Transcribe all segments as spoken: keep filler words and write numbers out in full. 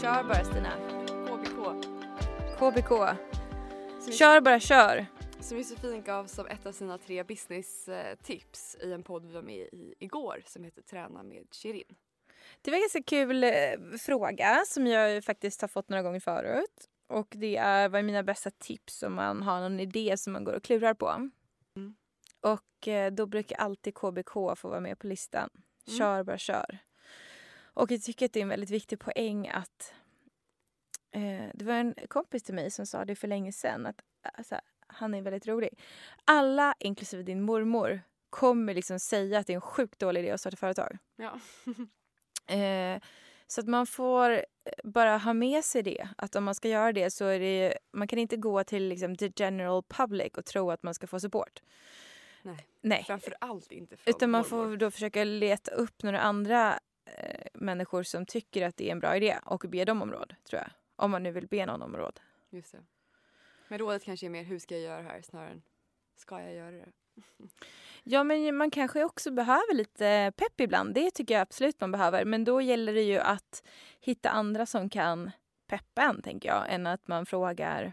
Kör bara, Stina. K B K. K B K. Som Kör bara, kör. Som Josefin gav som ett av sina tre business-tips i en podd vi var med i igår som heter Träna med Shirin. Det var en ganska kul eh, fråga som jag faktiskt har fått några gånger förut. Och det är vad är mina bästa tips om man har någon idé som man går och klurar på. Mm. Och eh, då brukar alltid K B K få vara med på listan. Mm. Kör bara, kör. Och jag tycker att det är en väldigt viktig poäng att eh, det var en kompis till mig som sa det för länge sedan att alltså, han är väldigt rolig. Alla, inklusive din mormor, kommer liksom säga att det är en sjukt dålig idé att starta företag. Ja. Eh, så att man får bara ha med sig det. Att om man ska göra det så är det... Man kan inte gå till liksom, the general public och tro att man ska få support. Nej. Nej. Framför allt inte från Utan man mormor. får då försöka leta upp några andra eh, människor som tycker att det är en bra idé och be dem om råd, tror jag. Om man nu vill be någon om råd. Just det. Men rådet kanske är mer hur ska jag göra det här snarare än ska jag göra det? Ja, men man kanske också behöver lite pepp ibland. Det tycker jag absolut man behöver. Men då gäller det ju att hitta andra som kan peppa en, tänker jag. Än att man frågar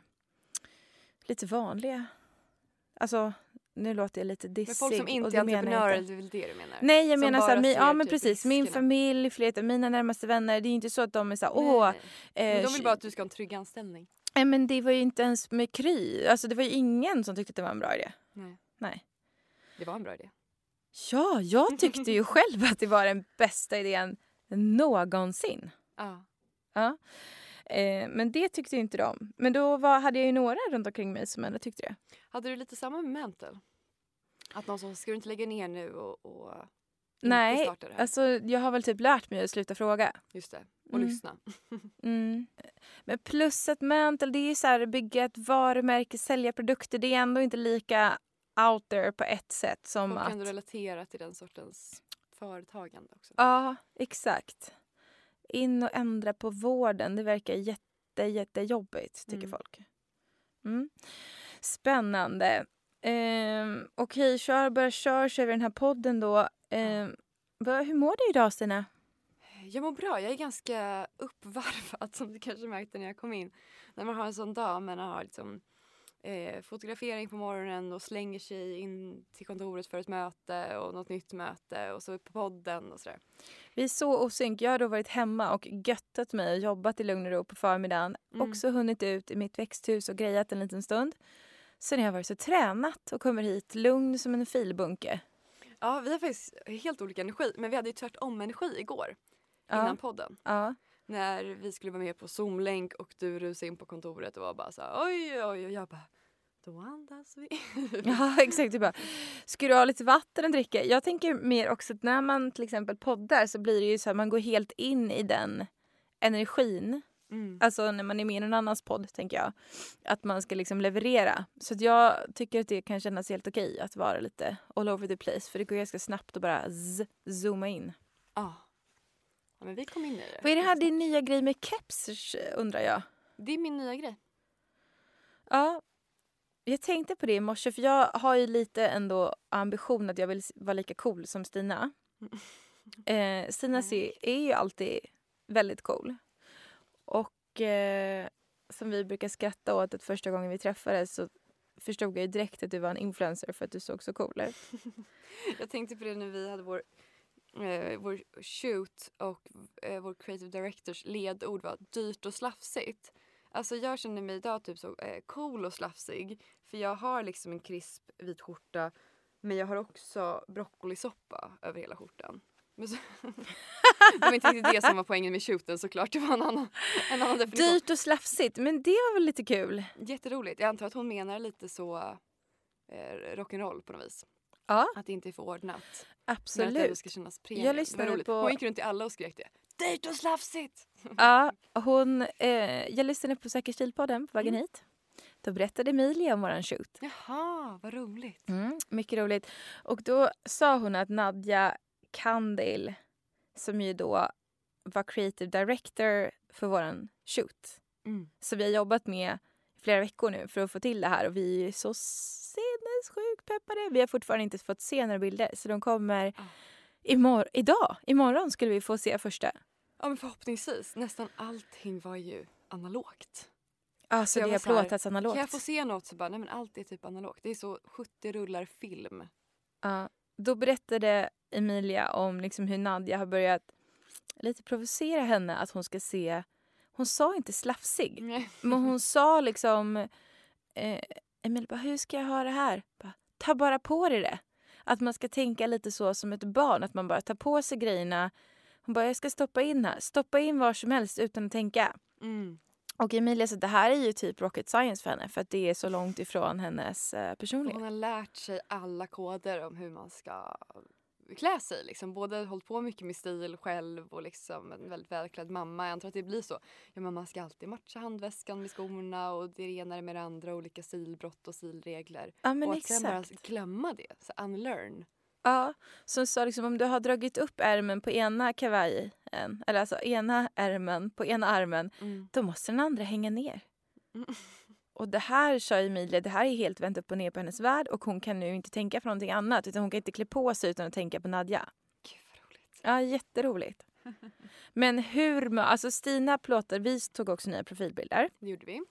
lite vanliga. Alltså, nu låter jag lite dissig. Men folk som inte och är det menar jag entreprenörer, inte. det är väl det du menar? Nej, jag Som menar så bara här, min, ser ja men typ precis, min riskerna. familj, flera av mina närmaste vänner, det är inte så att de är så här, Nej, åh. nej. Men de eh, vill bara att du ska ha en trygg anställning. Nej, men det var ju inte ens med Kry. Alltså det var ju ingen som tyckte att det var en bra idé. Nej. Nej. Det var en bra idé. Ja, jag tyckte ju själv att det var den bästa idén någonsin. Ja. Ja. Eh, men det tyckte ju inte de. Men då var, hade jag ju några runt omkring mig som ändå tyckte det. Hade du lite samma med mental? Att någon sa, ska du inte lägga ner nu och, och inte Nej, starta det här? alltså jag har väl typ lärt mig att sluta fråga. Just det, och Mm. lyssna. Mm. Men plus att mental, det är ju så här, bygga ett varumärke, sälja produkter. Det är ändå inte lika out there på ett sätt som Folk att... kan du relatera till den sortens företagande också. Ja, exakt. In och ändra på vården, det verkar jätte, jättejobbigt, tycker Mm. folk. Mm. Spännande. Ehm, Okej, kör bara kör, kör vi den här podden då. Ehm, vad, hur mår du idag, Stina? Jag mår bra, jag är ganska uppvarvad som du kanske märkte när jag kom in. När man har en sån dag, man har liksom eh, fotografering på morgonen och slänger sig in till kontoret för ett möte och något nytt möte och så på podden och sådär. Vi är så osynk. Jag har då varit hemma och göttat mig och jobbat i lugn och ro på förmiddagen. Mm. Också hunnit ut i mitt växthus och grejat en liten stund. Sen har jag varit så tränat och kommer hit lugn som en filbunke. Ja, vi har faktiskt helt olika energi, men vi hade ju tvärtom energi igår innan Ja. podden. Ja. När vi skulle vara med på Zoom-länk och du rusade in på kontoret och var bara så här, oj, oj, och jag bara, då andas vi. Ja, exakt. Du bara, ska du ha lite vatten att dricka? Jag tänker mer också att när man till exempel poddar så blir det ju så att man går helt in i den energin. Mm. Alltså när man är med i någon annans podd, tänker jag. Att man ska liksom leverera. Så att jag tycker att det kan kännas helt okej att vara lite all over the place. För det går ganska snabbt att bara z- zooma in. Ja. Ja, men vi kom in i det. Vad är det här din nya grej med keps, undrar jag? Det är min nya grej. Ja, jag tänkte på det i morse. För jag har ju lite ändå ambition att jag vill vara lika cool som Stina. Eh, Stina ser, är ju alltid väldigt cool. Och eh, som vi brukar skratta åt att första gången vi träffades så förstod jag ju direkt att du var en influencer för att du såg så cool ut. Jag tänkte på det när vi hade vår, eh, vår shoot och eh, vår creative directors ledord var dyrt och slafsigt. Alltså jag känner mig idag typ så eh, cool och slafsig. För jag har liksom en krisp vit skjorta. Men jag har också broccolisoppa över hela skjortan. Men så, det var inte riktigt det som var poängen med shooten såklart. Det var en annan, en annan definition. Dyrt och slafsigt, men det var väl lite kul. Jätteroligt. Jag antar att hon menar lite så eh, rock'n'roll på något vis. Ja, Att det inte är för ordnat. Men att det absolut. ska kännas premium. Jag Det var lyssnade roligt. på- Hon gick runt i alla och skrek det. Dyrt och slafsigt! Ja, hon, eh, jag lyssnade på Säker stil-podden på vägen Mm. hit. Då berättade Emilia om våran shoot. Jaha, vad roligt. Mm, mycket roligt. Och då sa hon att Nadja Kandil, som ju då var creative director för våran shoot. Mm. Så vi har jobbat med i flera veckor nu för att få till det här. Och vi är så sinnessjukt peppade. Vi har fortfarande inte fått se några bilder. Så de kommer Ah. imor- idag. Imorgon skulle vi få se första. Ja, men förhoppningsvis. Nästan allting var ju analogt. Alltså jag det var har så här, plåtats analogt. Kan jag få se något så bara, nej men allt är typ analogt. Det är så sjuttio rullar film. Ja, då berättade Emilia om liksom hur Nadja har börjat lite provocera henne att hon ska se. Hon sa inte slafsig, Nej. men hon sa liksom eh, Emilia bara, hur ska jag ha det här? Bara, ta bara på dig det. Att man ska tänka lite så som ett barn, att man bara tar på sig grejerna. Hon bara, jag ska stoppa in här. Stoppa in var som helst utan att tänka. Mm. Och Emilia sa att det här är ju typ rocket science för henne, för att det är så långt ifrån hennes eh, personlighet. Hon har lärt sig alla koder om hur man ska klä sig. Liksom. Både hållit på mycket med stil själv och liksom en väldigt välklädd mamma. Jag antar att det blir så. Ja, men man ska alltid matcha handväskan med skorna och det ena med det andra. Olika stilbrott och stilregler. Ja, men och att exakt. sen bara glömma det. Så unlearn. Ja, som sa liksom, om du har dragit upp ärmen på ena kavajen, eller alltså ena ärmen på ena armen, Mm. då måste den andra hänga ner. Mm. Och det här, sa Emilia, det här är helt vänt upp och ner på hennes värld och hon kan nu inte tänka på någonting annat, utan hon kan inte klä på sig utan att tänka på Nadja. Gud vad roligt. Ja, jätteroligt. Men hur, alltså Stina plåtar, vi tog också nya profilbilder. Det gjorde vi.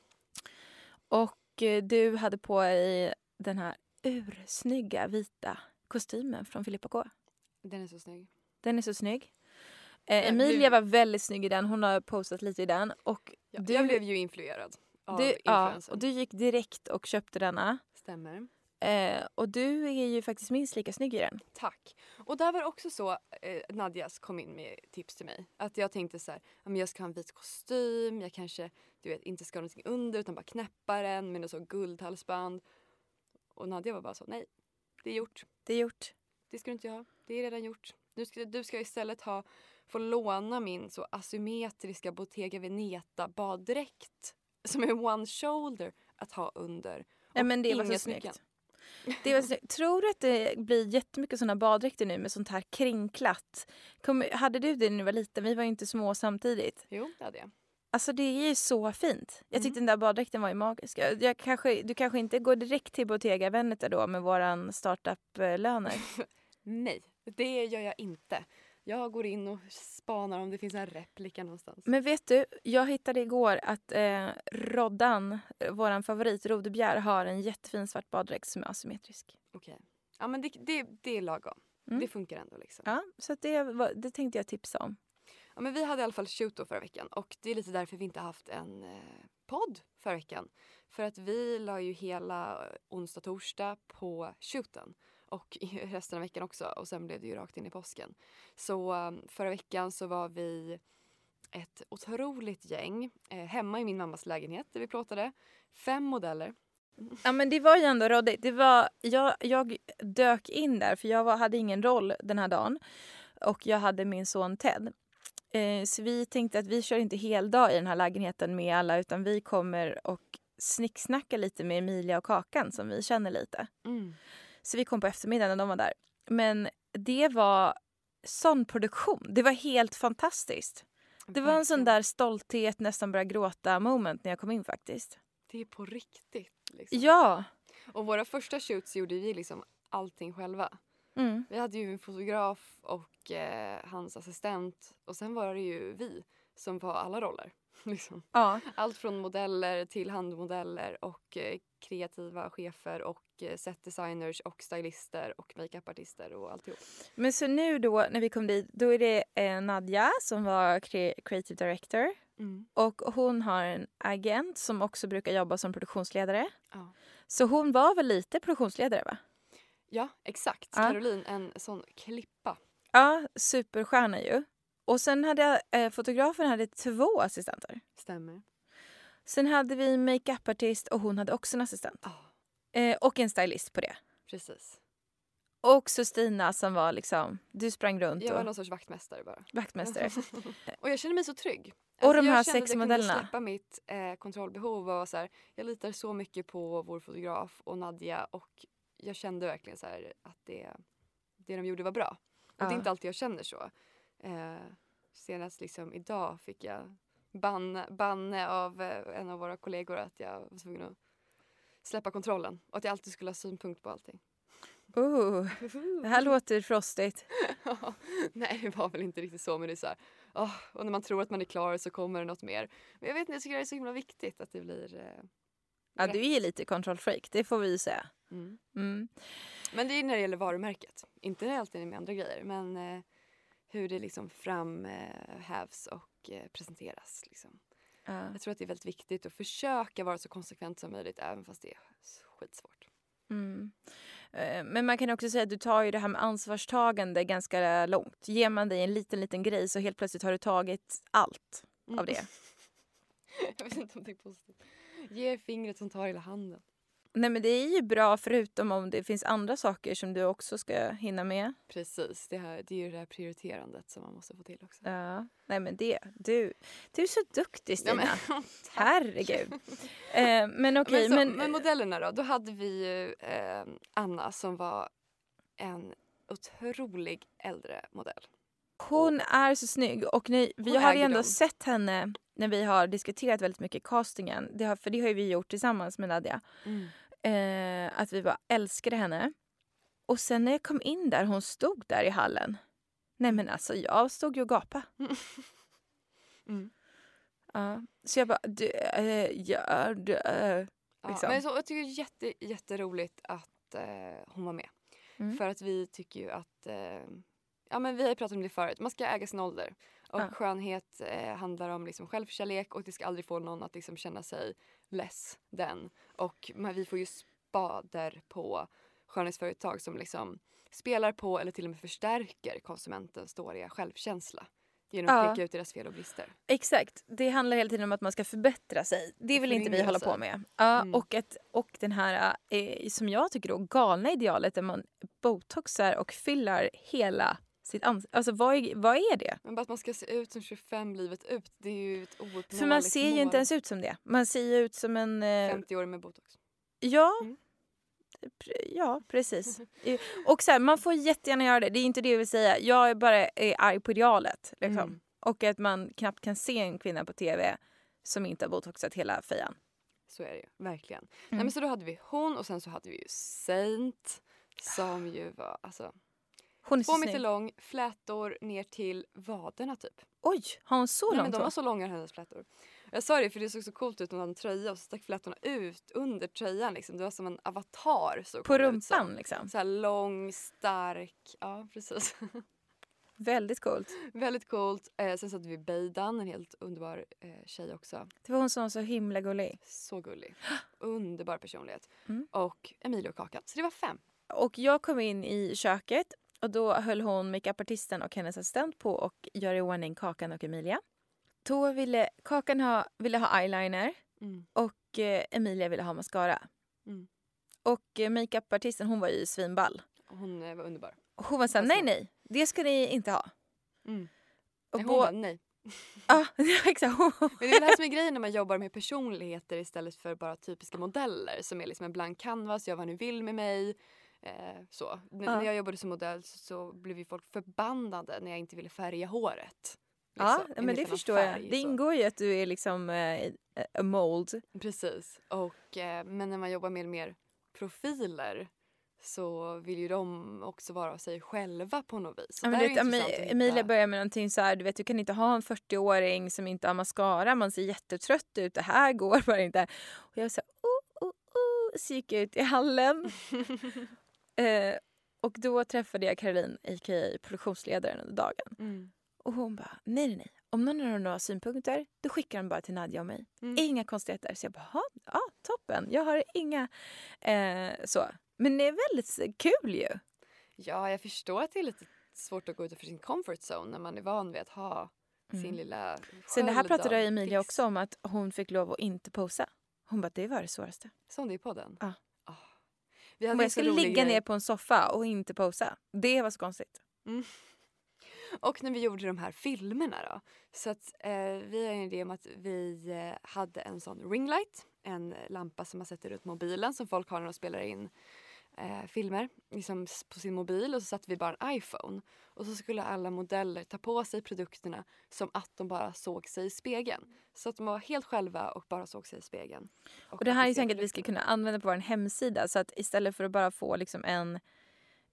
Och eh, du hade på dig den här ursnygga vita kostymen från Filippa K. Den är så snygg. Den är så snygg. Eh, Jag Emilia blev- var väldigt snygg i den. Hon har postat lite i den. Och Ja, du, jag blev ju influerad av du, ja, influensen. och du gick direkt och köpte denna. Stämmer. Eh, och du är ju faktiskt minst lika snygg i den. Tack. Och där var det också så eh, Nadjas kom in med tips till mig. Att jag tänkte så här, ja, men jag ska ha en vit kostym. Jag kanske du vet, inte ska ha någonting under utan bara knäppa den med något så guldhalsband. Och Nadja var bara så, nej, det är gjort. Det är gjort. Det ska du inte ha. Det är redan gjort. Du ska, du ska istället ha, få låna min så asymmetriska Bottega Veneta baddräkt som är one shoulder att ha under. Nej, Och men det var så inga snyggt. smycken. Det var snyggt. Tror du att det blir jättemycket såna baddräkter nu med sånt här kringklatt? Kom, hade du det när du var liten? Vi var ju inte små samtidigt. Jo, det hade jag. Alltså det är ju så fint. Jag tyckte Mm. den där baddräkten var ju magisk. Jag, jag kanske, du kanske inte går direkt till Bottega Veneta då med våran startup-löner. Nej, det gör jag inte. Jag går in och spanar om det finns en replika någonstans. Men vet du, jag hittade igår att eh, Roddan, våran favorit Rodebjer, har en jättefin svart baddräkt som är asymmetrisk. Okej. Ja, men det, det, det är lagom. Mm. Det funkar ändå liksom. Ja, så att det, var, det tänkte jag tipsa om. Ja, men vi hade i alla fall shoot då förra veckan och det är lite därför vi inte har haft en eh, podd förra veckan. För att vi la ju hela onsdag, torsdag på shooten och i resten av veckan också och sen blev det ju rakt in i påsken. Så eh, förra veckan så var vi ett otroligt gäng eh, hemma i min mammas lägenhet där vi plåtade. Fem modeller. Ja, men det var ju ändå rådigt. Det var, jag, jag dök in där för jag var, hade ingen roll den här dagen. Och jag hade min son Ted. Eh, så vi tänkte att vi kör inte hel dag i den här lägenheten med alla, utan vi kommer och snicksnacka lite med Emilia och Kakan som vi känner lite. Mm. Så vi kom på eftermiddagen när de var där. Men det var sån produktion. Det var helt fantastiskt. Det var en sån Verkligen. där stolthet, nästan börja gråta moment när jag kom in faktiskt. Det är på riktigt. Liksom. Ja. Och våra första shoots gjorde vi liksom allting själva. Mm. Vi hade ju en fotograf och eh, hans assistent. Och sen var det ju vi som var alla roller. Liksom. Ja. Allt från modeller till handmodeller och eh, kreativa chefer och eh, setdesigners och stylister och makeupartister och alltihop. Men så nu då när vi kom dit, då är det eh, Nadja som var cre- creative director. Mm. Och hon har en agent som också brukar jobba som produktionsledare. Ja. Så hon var väl lite produktionsledare, va? Ja, exakt. Ja. Caroline, en sån klippa. Ja, superstjärna ju. Och sen hade eh, fotografen hade två assistenter. Stämmer. Sen hade vi en makeupartist och hon hade också en assistent. Ja, Eh, och en stylist på det. precis. Och så Stina som var liksom, du sprang runt Jag var och någon sorts vaktmästare bara. vaktmästare. Och jag känner mig så trygg. Och de jag här kände sex att jag modellerna. kunde släppa mitt eh, kontrollbehov och så här, jag litar så mycket på vår fotograf och Nadja och jag kände verkligen så här att det, det de gjorde var bra. Och Ja. det är inte alltid jag känner så. Eh, senast liksom idag fick jag banne, banne av eh, en av våra kollegor att jag var tvungen att släppa kontrollen och att jag alltid skulle ha synpunkt på allting. Oh, det här låter frostigt. Nej, det var väl inte riktigt så, men det är så här, oh, och när man tror att man är klar så kommer det något mer. Men jag vet inte, jag tycker det är så himla viktigt att det blir eh, Ja, du är lite kontrollfreak, det får vi ju säga. Mm. Mm. Men det är när det gäller varumärket. Inte alltid med andra grejer, men eh, hur det liksom framhävs eh, och eh, presenteras. Liksom. Ja. Jag tror att det är väldigt viktigt att försöka vara så konsekvent som möjligt, även fast det är skitsvårt. Mm. Men man kan också säga att du tar ju det här med ansvarstagande ganska långt. Ger man dig en liten, liten grej så helt plötsligt har du tagit allt Mm. av det. Jag vet inte om det är positivt. Ge fingret som tar hela handen. Nej, men det är ju bra förutom om det finns andra saker som du också ska hinna med. Precis, det, här, det är ju det här prioriterandet som man måste få till också. Ja, nej men det, du, du är så duktig Stina. Ja, men, herregud. eh, men okej, men, så, men, men modellerna då, då hade vi ju eh, Anna som var en otrolig äldre modell. hon är så snygg och ni, vi Hon har ju äger ändå dem. sett henne när vi har diskuterat väldigt mycket castingen. Det har, för det har ju vi gjort tillsammans med Nadia. Mm. Eh, att vi bara älskade henne. Och sen när jag kom in där, hon stod där i hallen. Nej men alltså jag stod ju och gapade. Mm. Ja, så jag bara, du, äh, ja, du, äh, Ja, liksom. men så, jag tycker det är jätte, jätteroligt att eh, hon var med. Mm. För att vi tycker ju att, eh, ja men vi har ju pratat om det förut, man ska äga sin ålder. Och Ja. skönhet eh, handlar om liksom självkärlek och det ska aldrig få någon att liksom känna sig less den. Och men vi får ju spader på skönhetsföretag som liksom spelar på eller till och med förstärker konsumentens dåliga självkänsla. Genom att Ja. peka ut deras fel och brister. Exakt, det handlar hela tiden om att man ska förbättra sig. Det Och vill inte vi föryngra hålla sig. på med. Ja, Mm. och, ett, och den här, eh, som jag tycker då, galna idealet där man botoxar och fyllar hela sitt ansikte. Alltså vad är, vad är det? Men bara att man ska se ut som tjugofem livet ut, det är ju ett ouppnåeligt För man ser ju mål. inte ens ut som det. Man ser ju ut som en... Eh, femtio år med botox. ja, Mm. pre- ja, precis. Eh, och så här, man får jättegärna göra det. Det är inte det jag vill säga. Jag är bara är arg på idealet. Liksom. Mm. Och att man knappt kan se en kvinna på tv som inte har botoxat hela fejan. Så är det ju, verkligen. Nej, men så då hade vi hon och sen så hade vi ju Saint som ju var alltså Hon är så två meter snygg. lång, flätor ner till vaderna typ. Oj, har hon så Nej, men långt de var hår? så långa hennes flätor. Jag sa det för det såg så coolt ut när hon hade en tröja och så stack flätorna ut under tröjan liksom. Det var som en avatar. Så På rumpan liksom. Så här lång, stark. Ja, precis. Väldigt coolt. Väldigt coolt. Eh, sen så hade vi Beidan, en helt underbar eh, tjej också. Det var hon som var så himla gullig. Så gullig. Underbar personlighet. Mm. Och Emilia och Kakan. Så det var fem. Och jag kom in i köket och då höll hon makeupartisten och hennes assistent på och göra i ordning Kakan och Emilia. Då ville Kakan ha, ville ha eyeliner Mm. och eh, Emilia ville ha mascara. Mm. Och eh, makeupartisten, hon var ju svinball. Och hon eh, var underbar. Och hon var såhär, Alltså- nej nej, det ska ni inte ha. Mm. Och Nej, bo- hon bara nej. Ja, exakt. Men det är det här som är grejen när man jobbar med personligheter istället för bara typiska modeller som är liksom en blank canvas, gör vad ni vill med mig. Eh, så. N- Ja. När jag jobbade som modell så, så blev ju folk förbannade när jag inte ville färga håret. Ja, Liksom, i men en det helt annan förstår jag. färg, Det så. ingår ju att du är liksom eh, a mold. Precis. Och, eh, men när man jobbar med mer profiler så vill ju de också vara sig själva på något vis. Så Ja, men där du är vet, det Emi- intressant att hitta- Emilia börjar med någonting så här, du vet, du kan inte ha en fyrtio-åring som inte har mascara, man ser jättetrött ut, det här går bara inte. Och jag sa oh, oh, oh, så gick jag ut i hallen. eh, och då träffade jag Caroline, a k a produktionsledaren under dagen. Mm. Och hon bara, nej nej nej, om någon har några synpunkter, då skickar han bara till Nadia och mig. Mm. Inga konstigheter. Så jag bara, "Ha, ja toppen, jag har inga eh, så. Men det är väldigt kul ju. Ja, jag förstår att det är lite svårt att gå utanför sin comfort zone när man är van vid att ha sin Mm. lilla Sen det här sköld pratade av Emilia fix. också om, att hon fick lov att inte posa. Hon bara, det var det svåraste. Som det är på den? Ja. Ah. Vi Hon hade bara, en jag så skulle rolig ligga grej. ner på en soffa och inte posa. Det var så konstigt. Mm. Och när vi gjorde de här filmerna då. Så att eh, vi har en idé om att vi eh, hade en sån ringlight. En lampa som man sätter runt mobilen som folk har när de spelar in eh, filmer. Liksom s- på sin mobil. Och så satte vi bara en iPhone. Och så skulle alla modeller ta på sig produkterna som att de bara såg sig i spegeln. Så att de var helt själva och bara såg sig i spegeln. Och det här är ju applicera tänkt att vi ska produkterna. kunna använda på vår hemsida. Så att istället för att bara få liksom en,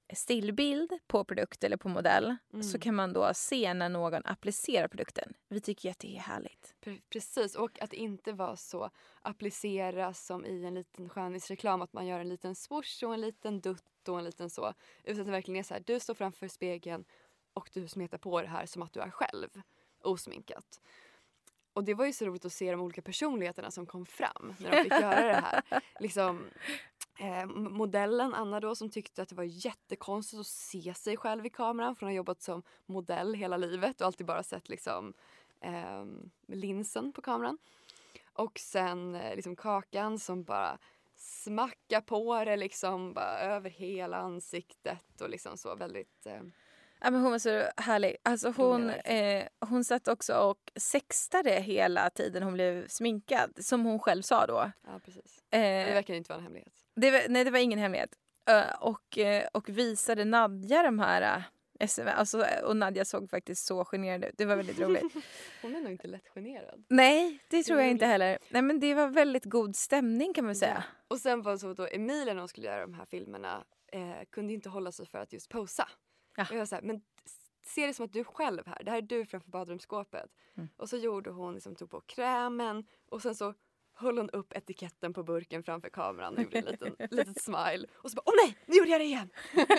stillbild på produkt eller på modell Mm. så kan man då se när någon applicerar produkten. Vi tycker att det är härligt. Pre- Precis, och att inte vara så applicera som i en liten skönhetsreklam, att man gör en liten swoosh och en liten dutt och en liten så. Utan att det verkligen är så här, du står framför spegeln och du smetar på det här som att du är själv, osminkat. Och det var ju så roligt att se de olika personligheterna som kom fram när de fick göra det här. Liksom, eh, modellen Anna då, som tyckte att det var jättekonstigt att se sig själv i kameran, för hon har jobbat som modell hela livet och alltid bara sett liksom eh, linsen på kameran. Och sen eh, liksom Kakan som bara smackar på det liksom bara över hela ansiktet och liksom så väldigt... Eh, Ja, men hon var så härlig. Alltså hon, Rolig, verkligen. eh, hon satt också och sextade hela tiden hon blev sminkad. Som hon själv sa då. ja, precis. Det Eh, verkar inte vara en hemlighet. det var, nej, det var ingen hemlighet. Eh, och, eh, och visade Nadja de här eh, sms. Alltså, och Nadja såg faktiskt så generad ut. Det var väldigt roligt. Hon är nog inte lätt generad. Nej, det tror Det jag var inte roligt. heller. Nej, men det var väldigt god stämning kan man säga. Och sen var det så att då Emilia när hon skulle göra de här filmerna eh, kunde inte hålla sig för att just posa. Ja. Och jag var så här, men se det som att du är själv här. Det här är du framför badrumsskåpet. Mm. Och så gjorde hon, liksom, tog på krämen och sen så höll hon upp etiketten på burken framför kameran och gjorde en liten litet smile. Och så bara, åh nej, nu gjorde jag det igen!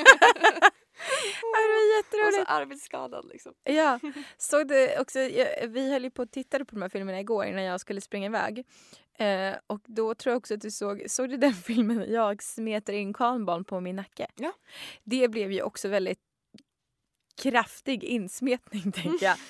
Ja, det var Och så jätteroligt. arbetsskadad liksom. Ja, såg det också, jag- vi höll ju på att titta på de här filmerna igår innan jag skulle springa iväg. Eh, och då tror jag också att du såg, såg du den filmen när jag smetar in kameran på min nacke? Ja. Det blev ju också väldigt kraftig insmetning tänker jag.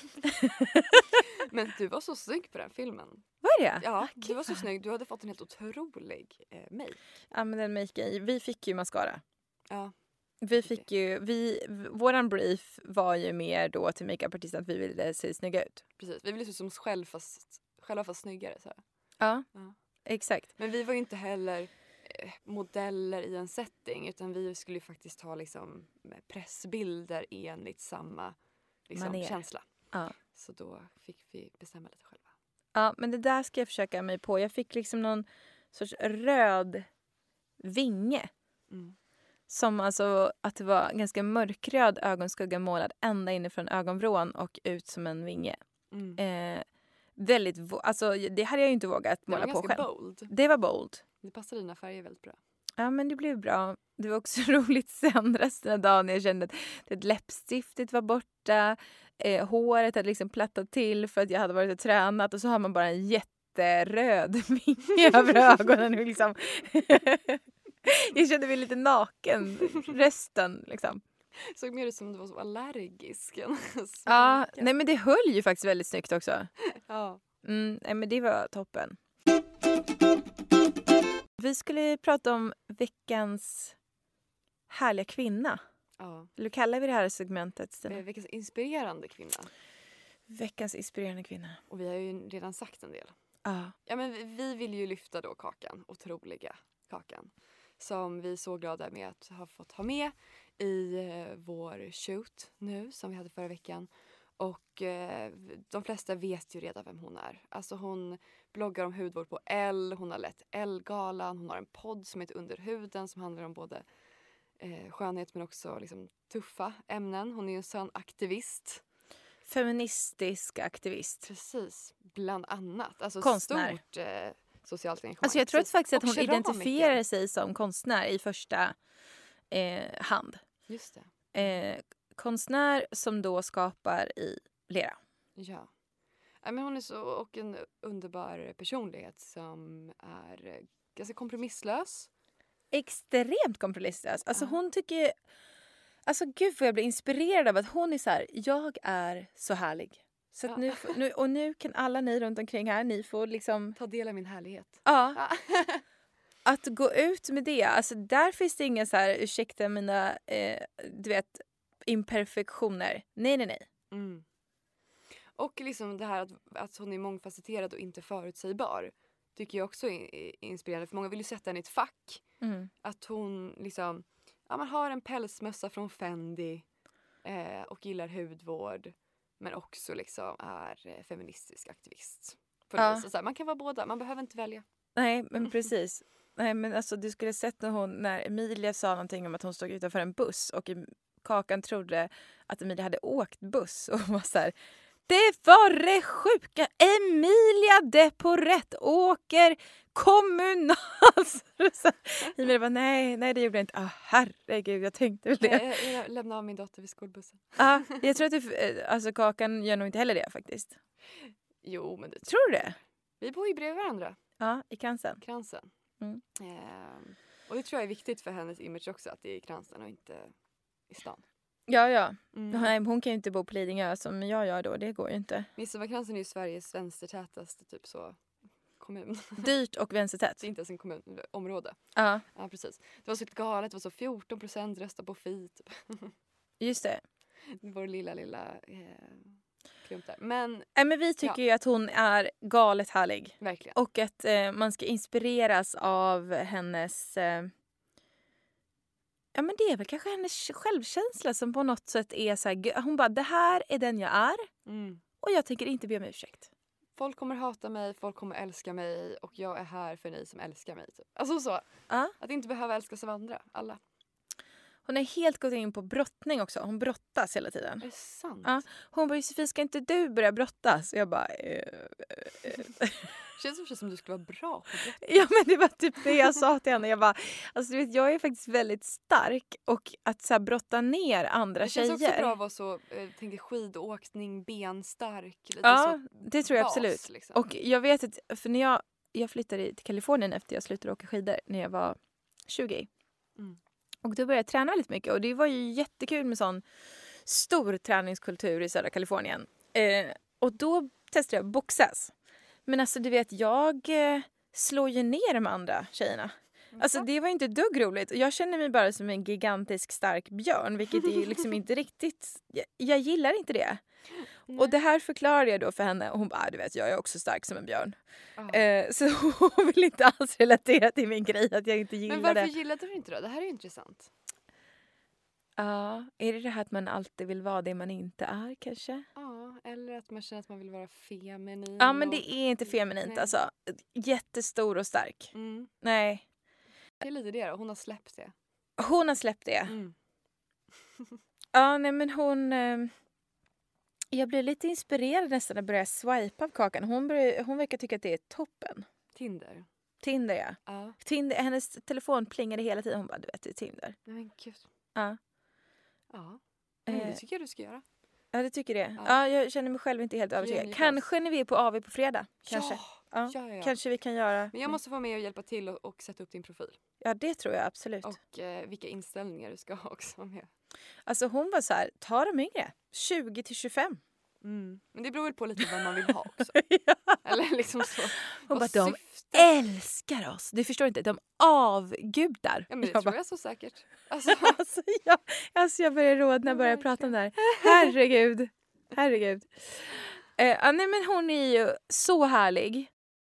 Men du var så snygg på den filmen. Vad är det? Ja, Ah, du var så gud. snygg. Du hade fått en helt otrolig eh, make. Ja, men den make vi fick ju mascara. Ja. Vi fick ju, vi, våran brief var ju mer då till makeupartisten att vi ville se snygga ut. Precis, vi ville se ut som oss själv fast, själva fast snyggare. Så här. Ja, Ja. exakt. Men vi var ju inte heller eh, modeller i en setting utan vi skulle ju faktiskt ha liksom, pressbilder enligt samma liksom, Manér. känsla. Ja. Så då fick vi bestämma lite själva. Ja, men det där ska jag försöka mig på. Jag fick liksom någon sorts röd vinge. Mm. Som alltså att det var ganska mörkröd ögonskugga målad ända inifrån ögonvrån och ut som en vinge. Mm. Eh, väldigt, vå- alltså det hade jag ju inte vågat Det var måla på ganska själv. bold. Det var bold. Det passar dina färger väldigt bra. Ja, men det blev bra. Det var också roligt sen resten av dagen när jag kände att det läppstiftet var borta. Eh, håret hade liksom plattat till för att jag hade varit och tränat och så har man bara en jätteröd vinge över ögonen. Liksom. Jag kände mig lite naken resten liksom. Såg mer ut som du var så allergisk. Ja, nej men det höll ju faktiskt väldigt snyggt också. ja. Mm, nej men det var toppen. Vi skulle prata om veckans härliga kvinna. ja. Eller kallar vi det här segmentet, Stina? Eh, Vilken inspirerande kvinna. Veckans inspirerande kvinna. Och vi har ju redan sagt en del. Ja. Ja, men vi- vi vill ju lyfta då Kakan, otroliga Kakan. Som vi är så glada med att ha fått ha med i eh, vår shoot nu som vi hade förra veckan. Och eh, de flesta vet ju redan vem hon är. Alltså hon bloggar om hudvård på L, hon har lett L-galan, hon har en podd som heter Under huden som handlar om både eh, skönhet men också liksom, tuffa ämnen. Hon är ju en sån aktivist. Feministisk aktivist. Precis, bland annat. Alltså Konstnär. stort eh, socialt engagemang. Alltså jag tror att Precis. faktiskt att Och hon keramiker. identifierar sig som konstnär i första eh, hand. Just det. Eh, konstnär som då skapar i lera. Ja. Ja, men hon är så, och en underbar personlighet som är eh, ganska kompromisslös. Extremt kompromisslös. Alltså Ja. hon tycker... Alltså gud vad jag blir inspirerad av att hon är så här, jag är så härlig. Så att Ja. nu, får- nu, och nu kan alla ni runt omkring här, ni får liksom... Ta del av min härlighet. Ja, Ja. att gå ut med det. Alltså där finns det inga så här, ursäkta mina, eh, du vet, imperfektioner. Nej, nej, nej. Mm. Och liksom det här att, att hon är mångfacetterad och inte förutsägbar tycker jag också är, är inspirerande. För många vill ju sätta henne i ett fack. Mm. Att hon liksom, ja, man har en pälsmössa från Fendi eh, och gillar hudvård. Men också liksom är eh, feministisk aktivist. På Ja. ja. Så här, man kan vara båda, man behöver inte välja. Nej, men precis. Nej, men alltså du skulle sett när, hon, när Emilia sa någonting om att hon stod utanför en buss och Kakan trodde att Emilia hade åkt buss och var så här: det var det sjuka! Emilia de Porrett åker kommunalt! Emilia bara, nej, nej det gjorde jag inte. Ah, herregud, jag tänkte väl det. Jag, jag lämnade av min dotter vid skolbussen. Ah, jag tror att det, alltså, Kakan gör nog inte heller det faktiskt. Jo, men det tror du det? Vi bor ju bredvid varandra. Ja, i Kransen. Kransen. Mm. Ehm, och det tror jag är viktigt för hennes image också, att det är i Kransen och inte i stan. Ja, ja. Mm. Nej, hon kan ju inte bo på Lidingö som jag gör då. Det går ju inte. Midsommarkransen är ju Sveriges vänstertätaste typ så kommun. Dyrt och vänstertätt. Det är inte ens en kommun, område. Ja. Ja, precis. Det var så galet, det var så fjorton procent rösta på Fi. Typ. Just det. Vår lilla, lilla eh, klump där. Men, äh, men vi tycker ja. ju att hon är galet härlig. Verkligen. Och att eh, man ska inspireras av hennes... Eh, ja, men det är väl kanske hennes självkänsla som på något sätt är så här... Hon bara, det här är den jag är. Mm. Och jag tänker inte be om ursäkt. Folk kommer hata mig, folk kommer älska mig och jag är här för ni som älskar mig. Typ. Alltså så. Ja. Att inte behöva älskas av andra. Alla. Hon är helt gått in på brottning också. Hon brottas hela tiden. Är det sant? Ja. Hon bara, Josefin, ska inte du börja brottas? Jag bara... Eh, eh. Känns det som du skulle vara bra på brottning. Ja, men det var typ det jag sa till henne. Jag bara, alltså du vet, jag är faktiskt väldigt stark. Och att så här, brotta ner andra det tjejer. Det känns också bra att vara så, eh, tänker skidåkning, benstark. Lite ja, så det tror jag bas, absolut. Liksom. Och jag vet att, för när jag, jag flyttade till Kalifornien efter jag slutade åka skidor när jag var tjugo. Mm. Och då började jag träna väldigt mycket. Och det var ju jättekul med sån stor träningskultur i södra Kalifornien. Eh, och då testade jag boxas. Men alltså du vet, jag eh, slår ju ner de andra tjejerna. Mm. Alltså det var inte ett dugg roligt. Och jag känner mig bara som en gigantisk stark björn. Vilket är liksom inte riktigt... Jag, jag gillar inte det. Mm. Och det här förklarade jag då för henne. Och hon bara, du vet, jag är också stark som en björn. Oh. Eh, så hon vill inte alls relatera till min grej att jag inte gillar det. Men varför det. gillade du inte då? Det här är ju intressant. Ja, är det det här att man alltid vill vara det man inte är kanske? Ja, eller att man känner att man vill vara feminin. Ja, men det är inte feminint. Nej. Alltså. Jättestor och stark. Mm. Nej. Det är lite det då. Hon har släppt det. Hon har släppt det. Mm. Ja, nej men hon... Eh, jag blir lite inspirerad nästan att börja swipa av Kakan. Hon, börjar, hon verkar tycka att det är toppen. Tinder. Tinder, ja. Ja. Tinder, hennes telefon plingade hela tiden. Hon bara, du vet, det är Tinder. Nej, men gud. Ja. Ja. Nej, det tycker jag du ska göra. Ja, det tycker det. Ja. Ja, jag känner mig själv inte helt övertygad. Kanske när vi är på A V på fredag. Kanske. Ja. Ja. Ja, ja, ja. Kanske vi kan göra. Men jag måste vara med och hjälpa till och, och sätta upp din profil. Ja, det tror jag absolut. Och eh, vilka inställningar du ska ha också med. Alltså hon var så här, ta de yngre. tjugo till tjugofem. Mm. Men det beror väl på lite vad man vill ha också. Ja. Eller liksom så. Hon bara, de älskar oss. Du förstår inte, de avgudar. Ja, men det jag tror bara, jag så säkert. Alltså, alltså, jag, alltså jag börjar rodna börjar prata om det här. Herregud. Herregud. Eh, nej, men hon är ju så härlig.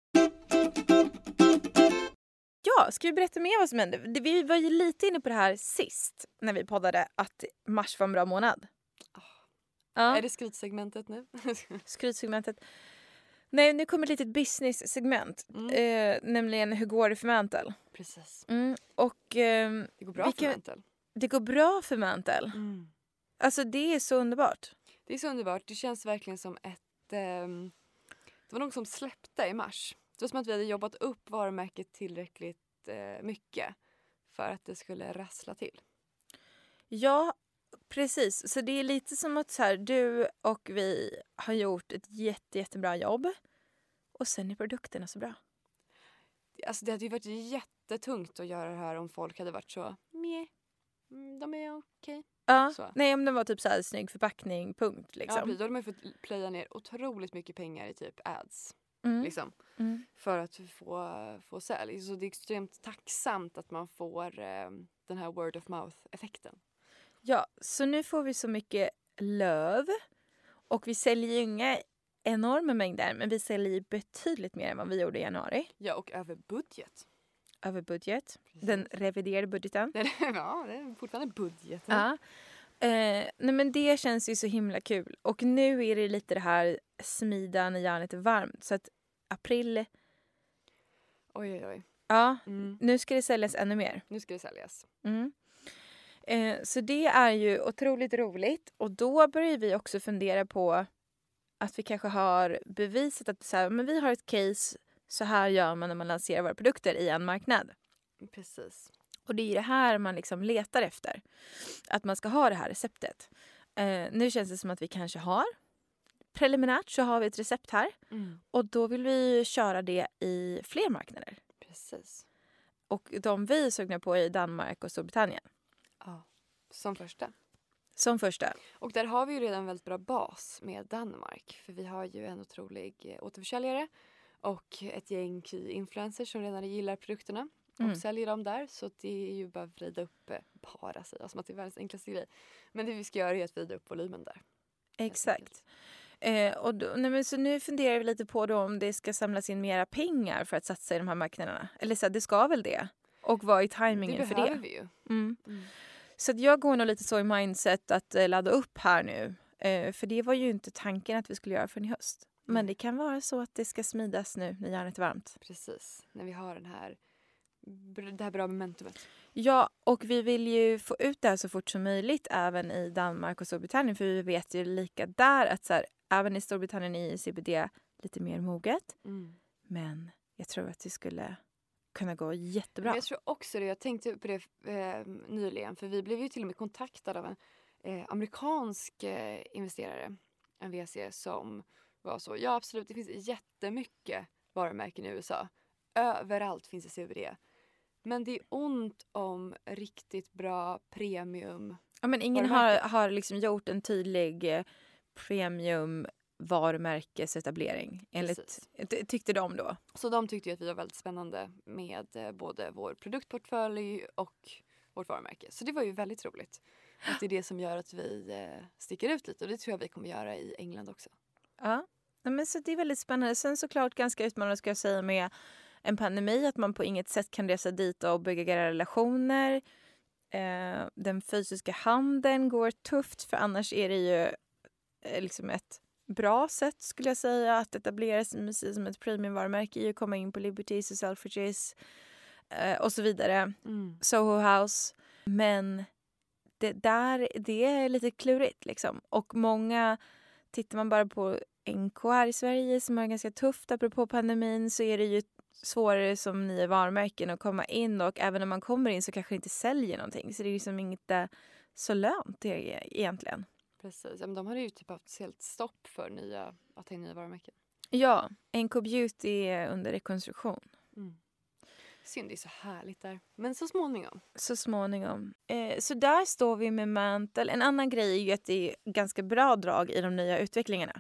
Ja, ska vi berätta mer vad som hände? Vi var ju lite inne på det här sist när vi poddade att mars var en bra månad. Oh. Ja. Är det skrytsegmentet nu? Skrytsegmentet. Nej, nu kommer ett litet business-segment. Mm. Eh, nämligen, hur går det för Mantle? Precis. Mm, och, eh, det går bra vilka, för Mantle. Det går bra för Mantle. Mm. Alltså det är så underbart. Det är så underbart. Det känns verkligen som ett... Eh, det var något som släppte i mars. Det var som att vi hade jobbat upp varumärket tillräckligt eh, mycket för att det skulle rassla till. Ja, precis. Så det är lite som att så här, du och vi har gjort ett jätte, jättebra jobb. Och sen är produkterna så bra. Alltså det hade ju varit jättetungt att göra det här om folk hade varit så... Meh. Mm, de är okej. Okay. Ja, så. Nej, om det var typ så här snygg förpackning, punkt. Liksom. Ja, precis. Då hade man ju fått plöja ner otroligt mycket pengar i typ ads. Mm. Liksom, mm. för att få, få sälj. Så det är extremt tacksamt att man får eh, den här word of mouth-effekten. Ja, så nu får vi så mycket löv. Och vi säljer ju inga enorma mängder, men vi säljer betydligt mer än vad vi gjorde i januari. Ja, och över budget. Över budget. Precis. Den reviderade budgeten. Ja, det är fortfarande budgeten. Ja. Eh, nej men det känns ju så himla kul. Och nu är det lite det här smida när järnet är varmt. Så att april... Oj, oj, oj. Ja, Mm. nu ska det säljas ännu mer. Nu ska det säljas. Mm. Eh, så det är ju otroligt roligt. Och då börjar vi också fundera på att vi kanske har bevisat att så här, men vi har ett case, så här gör man när man lanserar våra produkter i en marknad. Precis. Och det är det här man liksom letar efter. Att man ska ha det här receptet. Eh, nu känns det som att vi kanske har. Preliminärt så har vi ett recept här. Mm. Och då vill vi köra det i fler marknader. Precis. Och de vi är sugna på är Danmark och Storbritannien. Ja. Som första. Som första. Och där har vi ju redan en väldigt bra bas med Danmark. För vi har ju en otrolig eh, återförsäljare och ett gäng key-influencers som redan gillar produkterna och Mm. säljer dem där. Så det är ju bara att vrida upp, eh, bara säga som att det är världens enklaste grej. Men det vi ska göra är att vrida upp volymen där. Exakt. Eh, och då, nej men så nu funderar vi lite på då om det ska samlas in mera pengar för att satsa i de här marknaderna. Eller så här, det ska väl det. Och vad är tajmingen Det för behöver det? vi ju. Mm. Mm. Så att jag går nog lite så i mindset att eh, ladda upp här nu. Eh, för det var ju inte tanken att vi skulle göra förrän i höst. Men Nej. det kan vara så att det ska smidas nu när järnet är varmt. Precis. När vi har den här, det här bra momentumet. Ja, och vi vill ju få ut det här så fort som möjligt även i Danmark och Storbritannien. För vi vet ju lika där att så här, även i Storbritannien är C B D lite mer moget. Mm. Men jag tror att det skulle kunna gå jättebra. Men jag tror också det. Jag tänkte på det eh, nyligen. För vi blev ju till och med kontaktade av en eh, amerikansk eh, investerare. En V C som var så. Ja, absolut. Det finns jättemycket varumärken i U S A. Överallt finns det C B D. Men det är ont om riktigt bra premium. Ja, men ingen har, varumärken. har liksom gjort en tydlig eh, premium varumärkesetablering. Enligt, Precis. ty- tyckte de då. Så de tyckte ju att vi var väldigt spännande med eh, både vår produktportfölj och vårt varumärke. Så det var ju väldigt roligt. Att det är det som gör att vi eh, sticker ut lite. Och det tror jag vi kommer göra i England också. Ja, ja men så det är väldigt spännande. Sen såklart ganska utmanande ska jag säga med en pandemi. Att man på inget sätt kan resa dit och bygga relationer. Eh, den fysiska handeln går tufft. För annars är det ju eh, liksom ett bra sätt skulle jag säga att etablera sig som ett premiumvarumärke i att komma in på Liberties och Selfridges eh, och så vidare. Mm. Soho House. Men det där, det är lite klurigt liksom. Och många, tittar man bara på N K här i Sverige som är ganska tufft apropå pandemin, så är det ju svårare som nya varumärken att komma in, och även när man kommer in så kanske inte säljer någonting. Så det är liksom inte så lönt det är egentligen. Precis. Ja, men de hade ju typ haft helt stopp för nya, att ta in nya varumärken. Ja, N K Beauty är under rekonstruktion. Mm. Synd, det är så härligt där. Men så småningom. Så småningom. Eh, så där står vi med Mantle. En annan grej är ju att det är ganska bra drag i de nya utvecklingarna.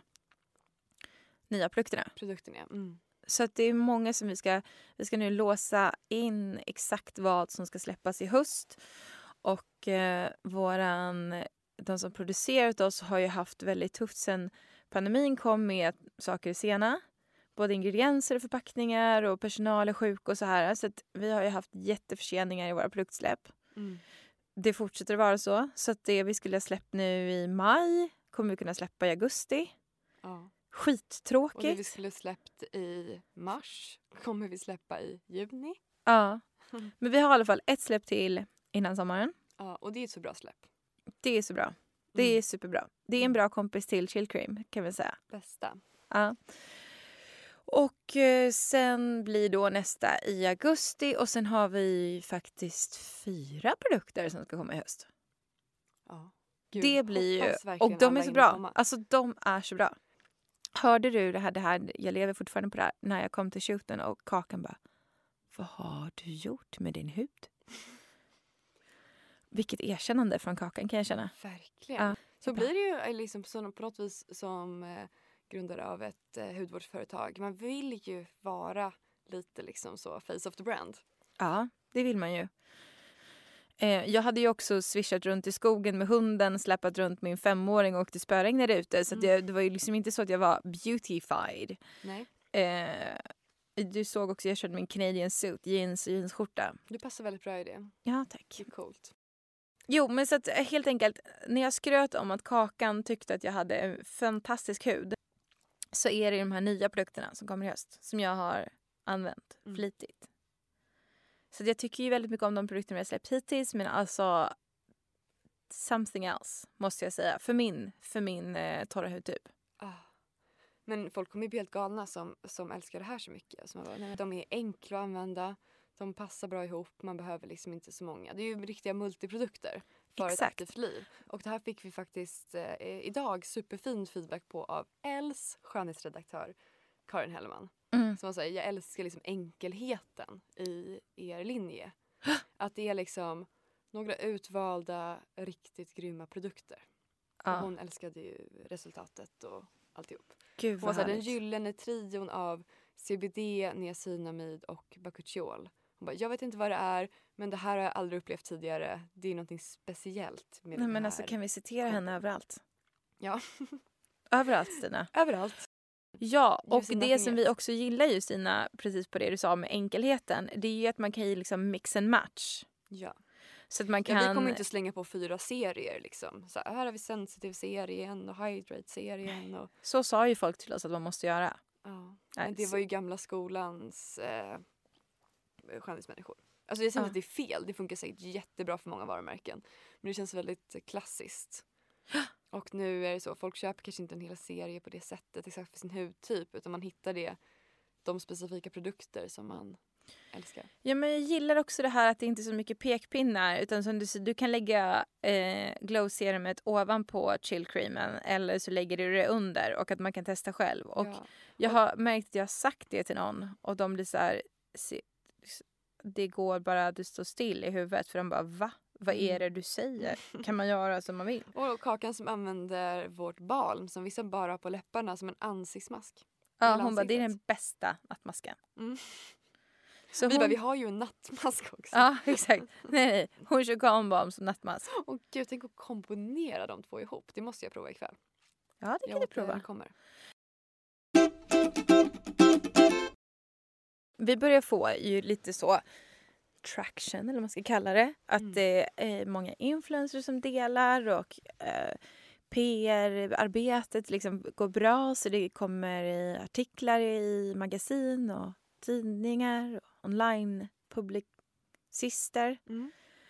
Nya produkterna. Produkten, ja. Mm. Så att det är många som vi ska, vi ska nu låsa in exakt vad som ska släppas i höst. Och eh, våran, de som producerat oss har ju haft väldigt tufft sen pandemin kom med att saker är sena. Både ingredienser och förpackningar och personal är sjuk och så här. Så att vi har ju haft jätteförseningar i våra produktsläpp. Mm. Det fortsätter att vara så. Så att det vi skulle ha släppt nu i maj kommer vi kunna släppa i augusti. Ja. Skittråkigt. Och det vi skulle släppt i mars kommer vi släppa i juni. Ja, men vi har i alla fall ett släpp till innan sommaren. Ja, och det är ett så bra släpp. Det är så bra. Det Mm. är superbra. Det är en bra kompis till Chill Cream kan vi säga. Bästa. Ja. Och eh, sen blir då nästa i augusti, och sen har vi faktiskt fyra produkter som ska komma i höst. Ja. Gud, det blir ju, hoppas verkligen och de alla är så hinner bra. komma. Alltså de är så bra. Hörde du det här, det här, jag lever fortfarande på det här, när jag kom till shooten och Kakan bara, vad har du gjort med din hud? Vilket erkännande från Kakan kan jag känna. Verkligen. Ja. Så blir det ju liksom så, på något vis som eh, grundare av ett eh, hudvårdsföretag. Man vill ju vara lite liksom så face of the brand. Ja, det vill man ju. Eh, jag hade ju också swishat runt i skogen med hunden, släppat runt min femåring och åkte spöregn där ute. Så att jag, det var ju liksom inte så att jag var beautified. Nej. Eh, du såg också, jag körde min Canadian suit, jeans och jeansskjorta. Du passar väldigt bra i det. Ja, tack. Det är coolt. Jo, men så att helt enkelt, när jag skröt om att Kakan tyckte att jag hade en fantastisk hud, så är det de här nya produkterna som kommer i höst som jag har använt Mm. flitigt. Så jag tycker ju väldigt mycket om de produkterna jag släppt hittills. Men alltså something else måste jag säga. För min, för min eh, torra hudtyp. Ah. Men folk kommer ju bli helt galna som, som älskar det här så mycket. Som bara, nej, de är enkla att använda. De passar bra ihop. Man behöver liksom inte så många. Det är ju riktiga multiprodukter för Exakt. ett aktivt liv. Och det här fick vi faktiskt eh, idag superfin feedback på av Els skönhetsredaktör Karin Hellman. Mm. Som säger, jag älskar liksom enkelheten i er linje. Att det är liksom några utvalda, riktigt grymma produkter. Ja. Och hon älskade ju resultatet och alltihop. Gud Hon vad var den härligt. gyllene trion av C B D, niacinamid och bakuchiol. Hon bara, jag vet inte vad det är, men det här har jag aldrig upplevt tidigare. Det är någonting speciellt med Nej, det men här. alltså kan vi citera henne överallt? Ja. Överallt, Stina. Överallt. Ja, och Ljus i det som vi maskineriet. också gillar ju, Stina, precis på det du sa med enkelheten, det är ju att man kan ju liksom mix and match. Ja. Så att man Ja, vi kan... kommer inte slänga på fyra serier liksom. Så här, här har vi sensitive-serien och hydrate-serien. Och... Så sa ju folk till oss att man måste göra. Ja. Nej, Men det så- var ju gamla skolans eh, skönhetsmänniskor. Alltså jag säger Ja. inte att det är fel. Det funkar säkert jättebra för många varumärken. Men det känns väldigt klassiskt. Och nu är det så. Folk köper kanske inte en hel serie på det sättet exakt för sin hudtyp. Utan man hittar det, de specifika produkter som man älskar. Ja, men jag gillar också det här att det inte är så mycket pekpinnar. Utan som du säger, du kan lägga eh, glow-serumet ovanpå chill-creamen. Eller så lägger du det under. Och att man kan testa själv. Och Ja. jag har märkt att jag har sagt det till någon. Och de blir så här... Se, det går bara att du står still i huvudet. För de bara, va? Vad är det du säger? Kan man göra som man vill? Och Kakan som använder vårt balm som vissa bara har på läpparna som en ansiktsmask. Ja, Hela hon bara, det är den ansiktet. bästa nattmasken. Mm. Så Vi hon... bara, vi har ju en nattmask också. Ja, exakt. Nej, nej. Hon kör Calm som nattmask. Och gud, tänk att komponera de två ihop. Det måste jag prova ikväll. Ja, det kan Jag du prova. kommer. Vi börjar få ju lite så traction, eller vad man ska kalla det. Att Mm. det är många influencers som delar och eh, P R-arbetet liksom går bra. Så det kommer i artiklar i magasin och tidningar och online-publicister. Mm.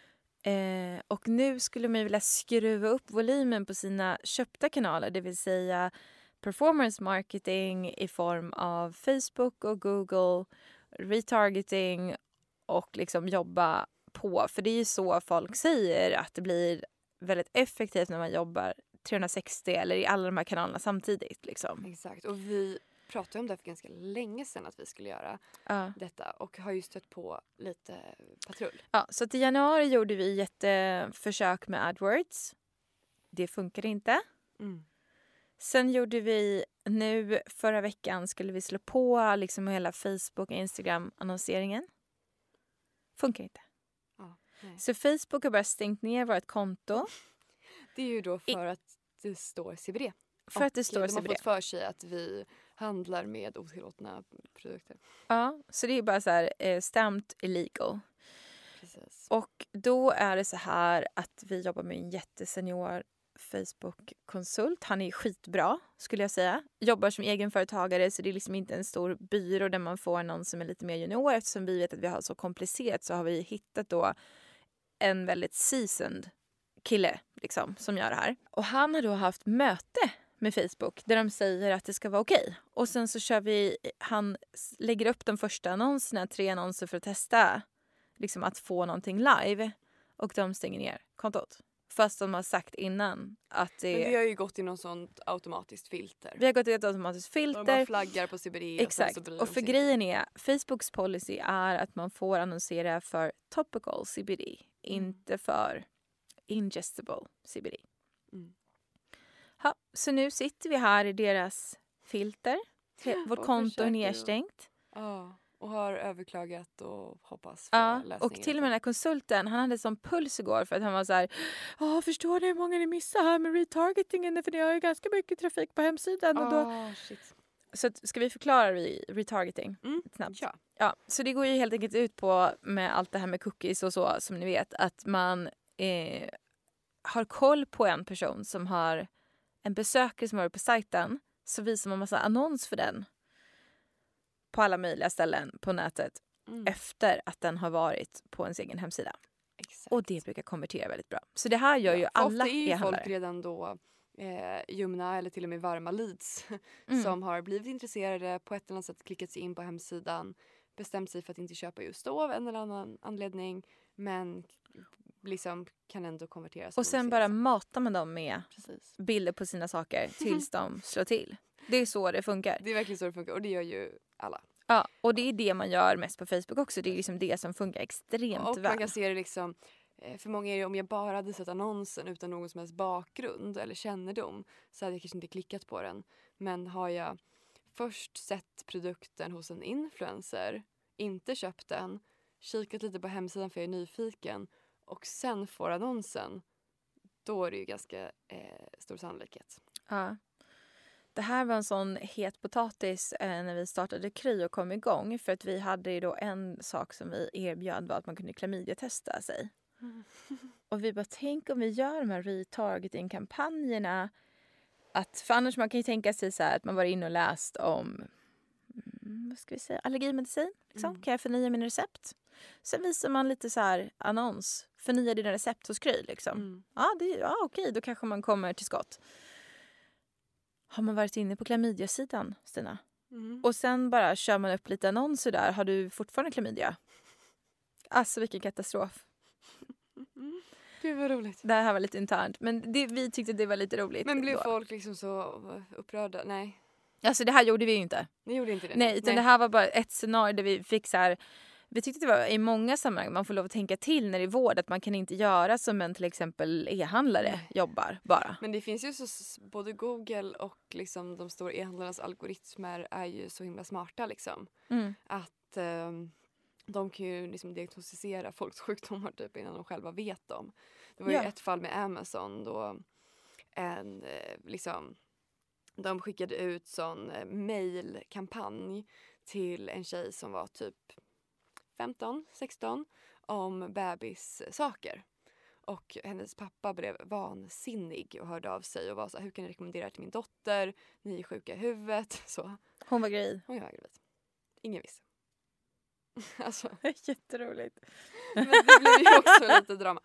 Eh, och nu skulle man ju vilja skruva upp volymen på sina köpta kanaler. Det vill säga performance marketing i form av Facebook och Google, retargeting och liksom jobba på. För det är ju så folk säger att det blir väldigt effektivt när man jobbar trehundrasextio eller i alla de här kanalerna samtidigt. Liksom. Exakt. Och vi pratade om det för ganska länge sedan att vi skulle göra Ja. detta. Och har ju stött på lite patrull. Ja, så att i januari gjorde vi jätteförsök med AdWords. Det funkade inte. Mm. Sen gjorde vi nu förra veckan skulle vi slå på liksom hela Facebook och Instagram-annonseringen. Funkar inte. Ja, nej. Så Facebook har bara stängt ner vårt konto Det är ju då för att det står C B D. för att det Och står de C har B D. fått för sig att vi handlar med otillåtna produkter. Ja, så det är bara så här eh, stamped illegal. Precis. Och då är det så här att vi jobbar med en jättesenior Facebook-konsult. Han är skitbra skulle jag säga. Jobbar som egenföretagare så det är liksom inte en stor byrå där man får någon som är lite mer junior. Eftersom vi vet att vi har så komplicerat så har vi hittat då en väldigt seasoned kille liksom, som gör det här. Och han har då haft möte med Facebook där de säger att det ska vara okej. Och sen så kör vi, han lägger upp de första annonserna, tre annonser för att testa liksom att få någonting live. Och de stänger ner kontot. Fast de har sagt innan att det Men vi har ju gått i någon sånt automatiskt filter. Vi har gått i ett automatiskt De bara filter. flaggar på C B D. Exakt. Och, sen så bryr Och de för sig grejen är, Facebooks policy är att man får annonsera för topical C B D. Mm. Inte för ingestible C B D. Mm. Ja, så nu sitter vi här i deras filter. Vårt Och konto är försöker- nedstängt. Ja, och har överklagat och hoppas få Ja, lösningen. och till och med den här konsulten, han hade sån puls igår för att han var så här, ja förstår ni hur många ni missar här med retargetingen för ni har ju ganska mycket trafik på hemsidan. Och då... Ah, shit. Så att, ska vi förklara re- retargeting Mm. snabbt? Ja. Ja, så det går ju helt enkelt ut på med allt det här med cookies och så som ni vet att man eh, har koll på en person som har en besökare som har varit på sajten så visar man massa annons för den på alla möjliga ställen på nätet. Mm. efter att den har varit på ens egen hemsida. Exakt. Och det brukar konvertera väldigt bra. Så det här gör ju för alla ofta är ju e-handlare. folk redan då eh, ljumna eller till och med varma leads Mm. som har blivit intresserade, på ett eller annat sätt klickat sig in på hemsidan, bestämt sig för att inte köpa just då av en eller annan anledning, men liksom kan ändå konverteras. Och sen bara matar man dem med Precis. bilder på sina saker tills de slår till. Det är så det funkar. Det är verkligen så det funkar och det gör ju alla. Ja, och det är det man gör mest på Facebook också. Det är liksom det som funkar extremt Och väl. man kan se det liksom, eh, för många är det, om jag bara hade sett annonsen utan någon som helst bakgrund eller kännedom så hade jag kanske inte klickat på den. Men har jag först sett produkten hos en influencer, inte köpt den, kikat lite på hemsidan för jag är nyfiken och sen får annonsen, då är det ju ganska eh, stor sannolikhet. Ja. Det här var en sån het potatis eh, när vi startade Kry och kom igång. För att vi hade ju då en sak som vi erbjöd var att man kunde klamydia-testa sig. Mm. Och vi bara, tänk om vi gör de här retargeting-kampanjerna. Att, för annars man kan ju tänka sig så här att man var inne och läst om mm, vad ska vi säga, allergimedicin. Liksom. Mm. Kan jag förnya mina recept? Sen visar man lite så här annons. Förnya dina recept hos Kry liksom. Mm. Ja, det, ja okej, då kanske man kommer till skott. Har man varit inne på klamydia-sidan, Stina? Mm. Och sen bara kör man upp lite annonser där. Har du fortfarande klamydia? Alltså vilken katastrof. Mm. Gud vad roligt. Det här var lite internt. Men det, vi tyckte det var lite roligt. Men blev då. folk liksom så upprörda? Nej, Alltså det här gjorde vi ju inte. ni gjorde inte det. Nej, utan det här var bara ett scenario där vi fick så här. Vi tyckte det var i många sammanhang man får lov att tänka till när det är vård. Att man kan inte göra som en till exempel e-handlare Nej. jobbar bara. Men det finns ju så, både Google och liksom de stora e-handlarnas algoritmer är ju så himla smarta liksom. Mm. Att eh, de kan ju liksom diagnostisera folks sjukdomar typ innan de själva vet dem. Det var ju Ja. ett fall med Amazon då en eh, liksom de skickade ut sån eh, mailkampanj till en tjej som var typ femton sexton om bebissaker. Och hennes pappa blev vansinnig och hörde av sig och var så här, hur kan jag rekommendera det till min dotter? Ni är sjuka i huvudet. Så. Hon var gravid. Hon var gravid. Ingen visste. Alltså, Jätteroligt. men det blev ju också lite drama.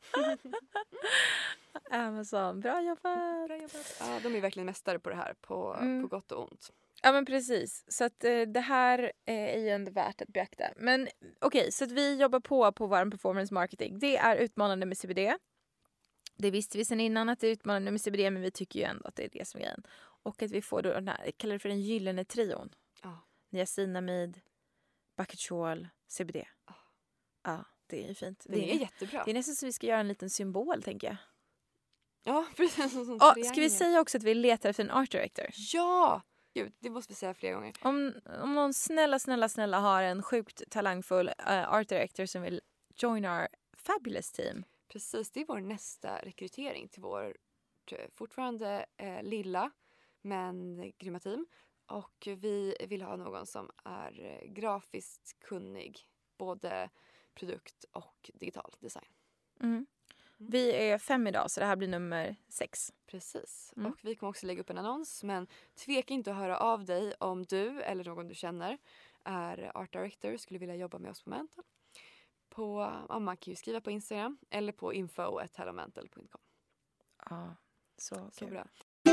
Amazon, bra jobbat. Bra jobbat. Ja, de är verkligen mästare på det här, på, Mm. på gott och ont. Ja men precis. Så att eh, det här eh, är ju ändå värt att beakta. Men okej, okay, så att vi jobbar på på vår performance marketing. Det är utmanande med C B D. Det visste vi sedan innan att det är utmanande med C B D, men vi tycker ju ändå att det är det som är grejen. Och att vi får då den här, jag kallar det för den gyllene trion. Ja. Niacinamid, Baketrol, C B D. Ja. Ja, det är ju fint. Det är jättebra. Det är nästan så vi ska göra en liten symbol, tänker jag. Ja, precis. Som, som Ja, triangel. ska vi säga också att vi letar efter en art director? Ja! Gud, det måste vi säga flera gånger. Om, om någon snälla, snälla, snälla har en sjukt talangfull uh, art director som vill join our fabulous team. Precis, det är vår nästa rekrytering till vår fortfarande eh, lilla men grymma team. Och vi vill ha någon som är eh, grafiskt kunnig, både produkt och digital design. Mm. Vi är fem idag, så det här blir nummer sex. Precis. Mm. Och vi kommer också lägga upp en annons, men tveka inte att höra av dig om du eller någon du känner är art director, skulle vilja jobba med oss på Mantle. På, ja, man kan ju skriva på Instagram eller på info at hellomantle punkt com. Ja, så, Så kul. bra.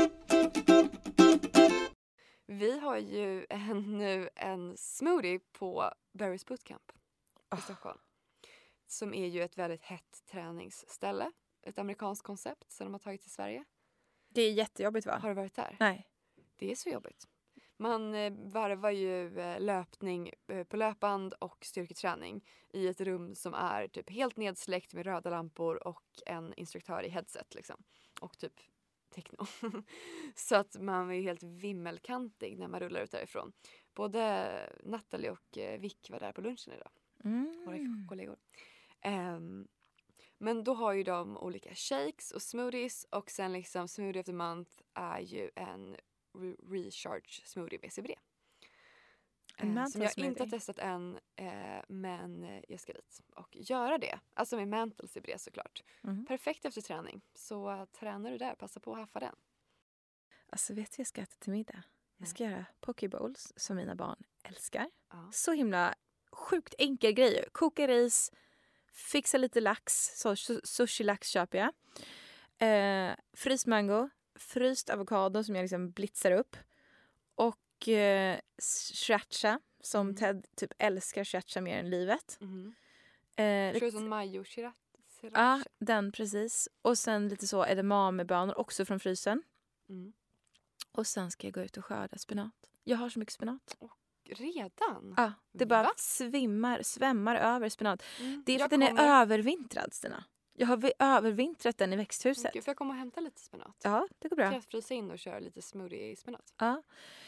Vi har ju en, nu en smoothie på Barry's Bootcamp i Oh. Stockholm. Som är ju ett väldigt hett träningsställe. Ett amerikanskt koncept som de har tagit till Sverige. Det är jättejobbigt, va? Har du varit där? Nej. Det är så jobbigt. Man eh, varvar ju eh, löpning eh, på löpband och styrketräning i ett rum som är typ helt nedsläckt med röda lampor och en instruktör i headset liksom. Och typ techno. Så att man är helt vimmelkantig när man rullar ut därifrån. Både Natalie och eh, Vic var där på lunchen idag. Våra Mm. kollegor. Um, men då har ju de olika shakes och smoothies. Och sen liksom smoothie of the month är ju en re- recharge smoothie med C B D. En Eh, Mantle som jag smoothie. inte har testat än. Eh, men eh, jag ska dit och göra det. Alltså med Mantle C B D såklart. Mm. Perfekt efter träning. Så uh, tränar du där, passa på att haffa den. Alltså, vet du vad jag ska äta till middag? Jag Nej. ska göra poke bowls som mina barn älskar. Ja. Så himla sjukt enkel grej. Koka ris, fixa lite lax, så sushi-lax köper jag. Eh, fryst mango, fryst avokado som jag liksom blitzar upp. Och eh, sriracha, som Mm. Ted typ älskar sriracha mer än livet. Mhm. Eh, Kör lite, som mayo sriracha. ja, den precis. Och sen lite så edamamebönor också från frysen. Mm. Och sen ska jag gå ut och skörda spenat. Jag har så mycket spenat. Redan? Ja, det bara Va? svimmar, svämmar över spenat. Mm. Det är för Jag att den är kommer- övervintrad, Stina. Jag har vi- övervintrat den i växthuset. Gud, får jag komma och hämta lite spenat? Ja, det går bra. Kan jag frysa in och köra lite smoothie i spenat? Ja.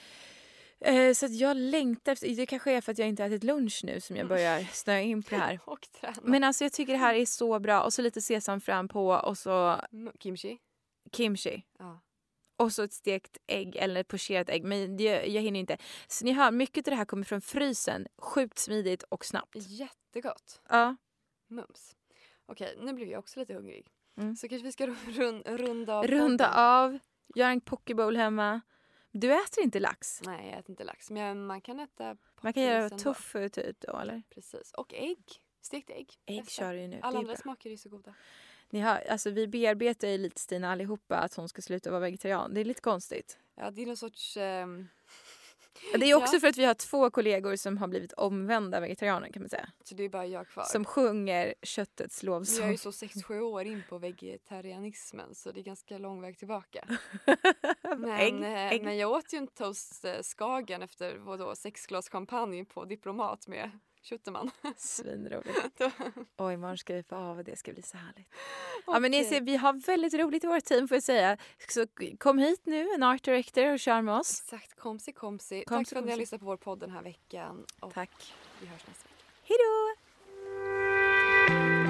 Eh, så att jag längtar efter... Det kanske är för att jag inte ätit lunch nu som jag börjar snöa in på det här. Och träna. Men alltså jag tycker det här är så bra. Och så lite sesamfrön på och så M- Kimchi? kimchi. Ja. Och så ett stekt ägg eller ett pocherat ägg. Men jag, jag hinner inte. Så ni hör, mycket av det här kommer från frysen. Sjukt smidigt och snabbt. Jättegott. Ja. Mums. Okej, nu blir jag också lite hungrig. Mm. Så kanske vi ska run, runda av Runda podden. av. Gör en pokebowl hemma. Du äter inte lax. Nej, jag äter inte lax. Men jag- man kan äta Man kan göra potatis ändå. tofu typ då, eller? Precis. Och ägg. Stekt ägg. Ägg Bästa. kör ju nu. Alla Det är andra bra. smaker är så goda. Ni hör, alltså vi bearbetar ju lite Stina allihopa att hon ska sluta vara vegetarian. Det är lite konstigt. Ja, det är någon sorts... ehm, Det är också Ja. för att vi har två kollegor som har blivit omvända vegetarianer kan man säga. så det är bara jag kvar. Som sjunger köttets Men jag är lovsång. ju så sex sju år in på vegetarianismen så det är ganska lång väg tillbaka. Men, ägg, eh, ägg. men jag åt ju en toast eh, Skagen efter vadå, sex glas champagne på Diplomat med Schutterman. Svinroligt. Då- Oj, imorgon ska vi få av det ska bli så härligt. Ja, men ni Okej. ser, vi har väldigt roligt i vårt team får jag säga. Så kom hit nu, en art director och kör med oss. Exakt, komsi komsi. Tack Komsi, för att ni har komsi. lyssnat på vår podd den här veckan. Och Tack. vi hörs nästa vecka. Hej då!